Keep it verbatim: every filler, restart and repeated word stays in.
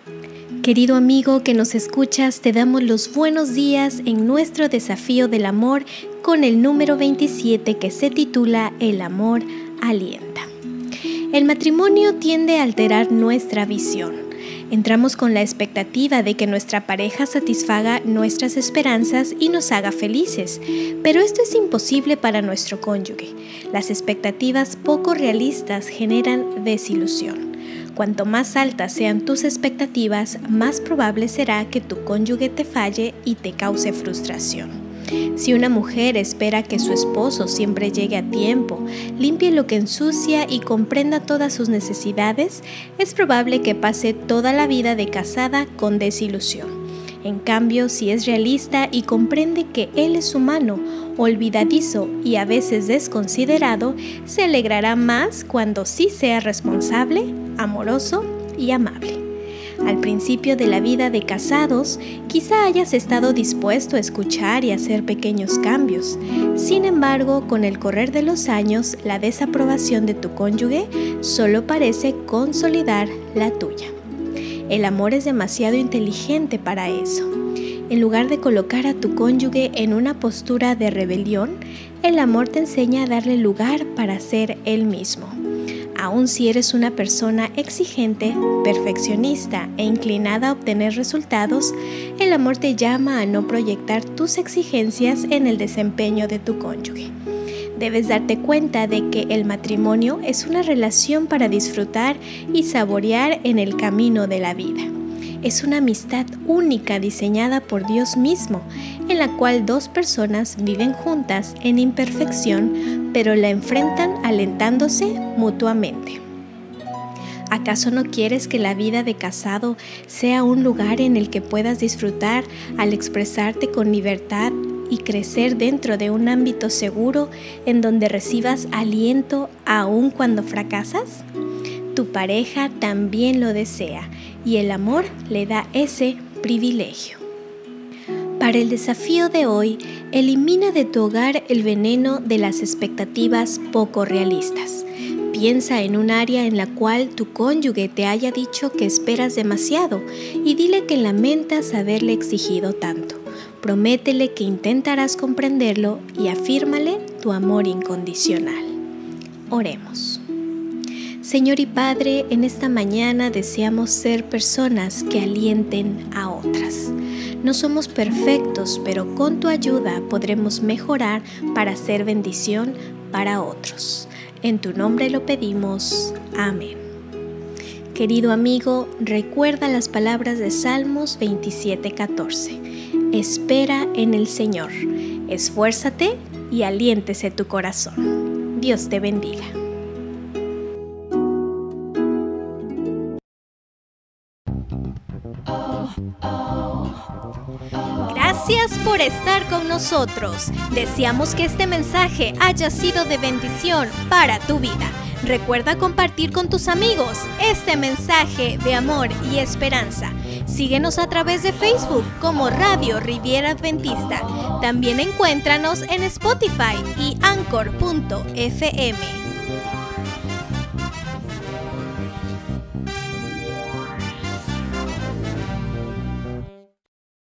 Querido amigo que nos escuchas, te damos los buenos días en nuestro desafío del amor con el número veintisiete que se titula El amor alienta. El matrimonio tiende a alterar nuestra visión. Entramos con la expectativa de que nuestra pareja satisfaga nuestras esperanzas y nos haga felices, pero esto es imposible para nuestro cónyuge. Las expectativas poco realistas generan desilusión. Cuanto más altas sean tus expectativas, más probable será que tu cónyuge te falle y te cause frustración. Si una mujer espera que su esposo siempre llegue a tiempo, limpie lo que ensucia y comprenda todas sus necesidades, es probable que pase toda la vida de casada con desilusión. En cambio, si es realista y comprende que él es humano, olvidadizo y a veces desconsiderado, se alegrará más cuando sí sea responsable, amoroso y amable. Al principio de la vida de casados, quizá hayas estado dispuesto a escuchar y hacer pequeños cambios. Sin embargo, con el correr de los años, la desaprobación de tu cónyuge solo parece consolidar la tuya. El amor es demasiado inteligente para eso. En lugar de colocar a tu cónyuge en una postura de rebelión, el amor te enseña a darle lugar para ser él mismo. Aun si eres una persona exigente, perfeccionista e inclinada a obtener resultados, el amor te llama a no proyectar tus exigencias en el desempeño de tu cónyuge. Debes darte cuenta de que el matrimonio es una relación para disfrutar y saborear en el camino de la vida. Es una amistad única diseñada por Dios mismo, en la cual dos personas viven juntas en imperfección, pero la enfrentan alentándose mutuamente. ¿Acaso no quieres que la vida de casado sea un lugar en el que puedas disfrutar al expresarte con libertad y crecer dentro de un ámbito seguro en donde recibas aliento aun cuando fracasas? Tu pareja también lo desea y el amor le da ese privilegio. Para el desafío de hoy, elimina de tu hogar el veneno de las expectativas poco realistas. Piensa en un área en la cual tu cónyuge te haya dicho que esperas demasiado y dile que lamentas haberle exigido tanto. Prométele que intentarás comprenderlo y afírmale tu amor incondicional. Oremos. Señor y Padre, en esta mañana deseamos ser personas que alienten a otras. No somos perfectos, pero con tu ayuda podremos mejorar para ser bendición para otros. En tu nombre lo pedimos. Amén. Querido amigo, recuerda las palabras de Salmos veintisiete catorce. Espera en el Señor, esfuérzate y aliéntese tu corazón. Dios te bendiga. Gracias por estar con nosotros. Deseamos que este mensaje haya sido de bendición para tu vida. Recuerda compartir con tus amigos este mensaje de amor y esperanza. Síguenos a través de Facebook como Radio Riviera Adventista. También encuéntranos en Spotify y Anchor punto F M.